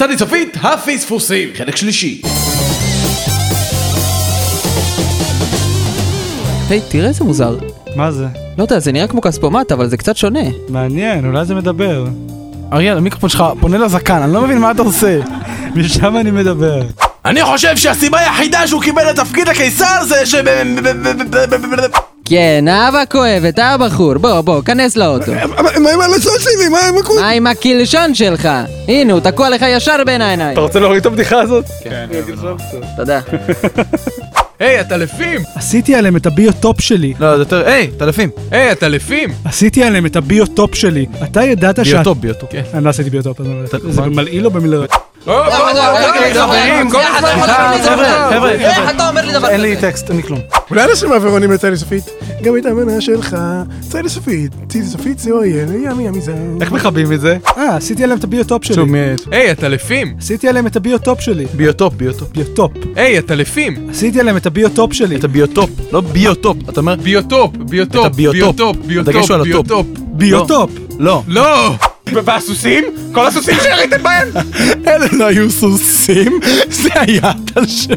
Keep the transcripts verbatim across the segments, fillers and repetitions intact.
צדי סופית, הפספוסים, חלק שלישי. היי, תראה איזה מוזר. מה זה? לא יודע, זה נראה כמו כספומט, אבל זה קצת שונה. מעניין, אולי זה מדבר. אריאל, המיקרופון שלך פונה לזקן, אני לא מבין מה אתה עושה. משם אני מדבר. אני חושב שהסיבה היחידה שהוא קיבל את תפקיד הקיסר זה ש... כן, אבא כואבת, אבא בחור, בוא, בוא, כנס לאוטו. מה עם הלסון שלי? מה עם הקוד? מה עם הקילשון שלך? הנה, הוא תקוע לך ישר בין העיניים. אתה רוצה להוריד את הבדיחה הזאת? כן, תודה. היי, הטלפים! עשיתי עליהם את הביוטופ שלי. לא, זה יותר... היי, טלפים. היי, הטלפים! עשיתי עליהם את הביוטופ שלי. אתה ידעת ש... ביוטופ, ביוטופ. אני לא עשיתי ביוטופ, זה מלעיל לו במילה. איך אתה אומר לי דבר כזה? אין לי טקסט, אין לי כלום. אולי אנשים מעברונים לצדי סופית? גם את המנה שלך, צדי סופית, צדי סופית זה אויל, ימי ימי זה... איך מכבים את זה? אה, עשיתי עליהם את הביוטופ שלי. שוב, מי... היי, הטלפים! עשיתי עליהם את הביוטופ שלי. ביוטופ, ביוטופ. ביוטופ. היי, הטלפים! עשיתי עליהם את הביוטופ שלי. את הביוטופ, לא ביוטופ. אתה אומר... ביוטופ, ביוטופ, את הביוטופ. ביוטופ, הדגש הוא על הטופ. ביוטופ. ביוטופ. לא. לא! והסוסים? כל הסוסים שיריתם בהם? אלה לא היו סוסים, זה היה על שם.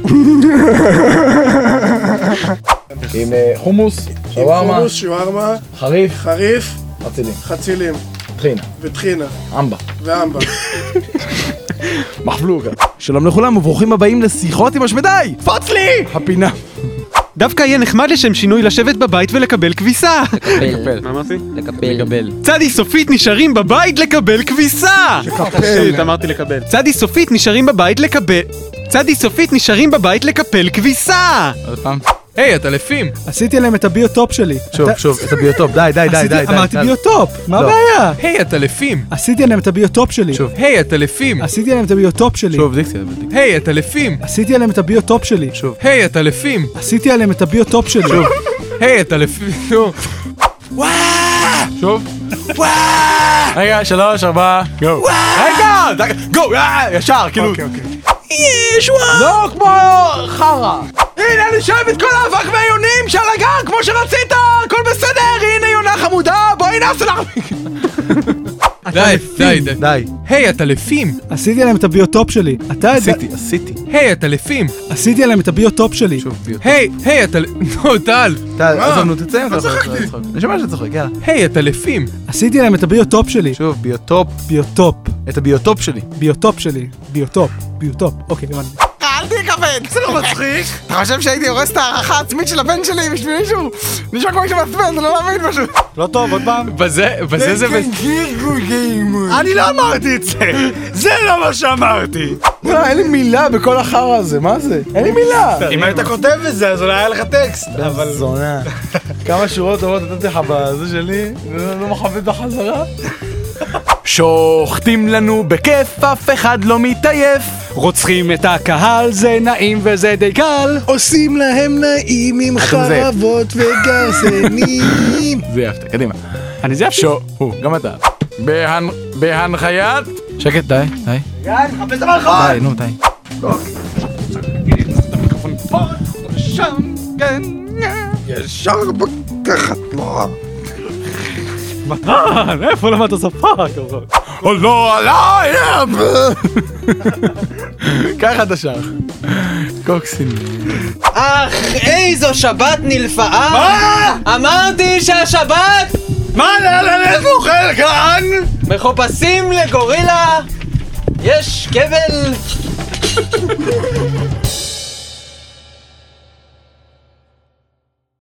עם חומוס, שווארמה, חומוס, שווארמה, חריף, חריף, חצילים, חצילים, טחינה, וטחינה, אמבה. ואמבה. מחבלוקה. שלום לכולם וברוכים הבאים לשיחות עם השמדי! פוץ לי! הפינה. דווקא יהיה נחמד לשם שינוי לשבת בבית ולקבל כביסה. לקבל. מה אמרתי? לקבל. צדי סופית נשארים בבית לקבל כביסה. שקפל. אמרתי לקבל. צדי סופית נשארים בבית לקבל... צדי סופית נשארים בבית לקפל כביסה. עוד פעם. היי, הטלפים! עשיתי עליהם את הביוטופ שלי. שוב, שוב, את הביוטופ, די, די, די, עשיתי- די, די. אמרתי די. ביוטופ, מה לא. הבעיה? היי, הטלפים! עשיתי עליהם את הביוטופ שלי. שוב. היי, הטלפים! עשיתי עליהם את הביוטופ שלי. שוב, דיקציה, דיקציה. היי, הטלפים! עשיתי עליהם את הביוטופ שלי. שוב. היי, הטלפים! עשיתי עליהם את הביוטופ שלי. שוב. היי, הטלפים! נו. שוב. רגע, שלוש, ארבע, גו. רגע, גו, ישר, כאילו. ישוע! לא כמו חרה! הנה, אני שואב את כל האבק מהיונים של הגן כמו שרצית! הכל בסדר! הנה יונה חמודה! בואי נעשה לך... די, די, די. די. היי, הטלפים! עשיתי עליהם את הביוטופ שלי. אתה יודע... עשיתי, עשיתי. היי, הטלפים! עשיתי עליהם את הביוטופ שלי. שוב, ביוטופ. היי, היי, הטל... נו, טל! טל, עזוב, נו, תצא אם אתה יכול לצחוק. אני שומע שאתה צוחק, יאללה. היי, הטלפים! עשיתי עליהם את הביוטופ שלי. שוב, ביוטופ. ביוטופ. את הביוטופ שלי. ביוטופ שלי. ביוטופ. ביוטופ. אוקיי, הבנתי. אל תכבד, זה לא מצחיק. אתה חושב שהייתי הורס את הערכה העצמית של הבן שלי בשביל מישהו? נשמע כמו מישהו מעצבן, זה לא מאמין משהו. לא טוב, עוד פעם. בזה, בזה זה... אני לא אמרתי את זה! זה לא מה שאמרתי! אין לי מילה בכל החרא הזה, מה זה? אין לי מילה! אם היית כותב את זה, אז אולי היה לך טקסט. אבל זונה. כמה שורות טובות נתתי לך בזה שלי, לא מכבד בחזרה. שוחטים לנו בכיף, אף אחד לא מתעייף. רוצחים את הקהל, זה נעים וזה די קל. עושים להם נעים עם חרבות וגרזנים. זה יפת, קדימה. אני זה אפשר. שו, הוא, גם אתה. בהנ... בהנחיית... שקט, די, די. די, חפש את המלכות! די, נו, די. ישר בקחת לו. מתן, איפה למדת שפה כזאת? או לא עליי! ככה אתה שר. קוקסין. אך, איזו שבת נלפאה! מה? אמרתי שהשבת מה לאן אוכל כאן? מחופשים לגורילה, יש כבל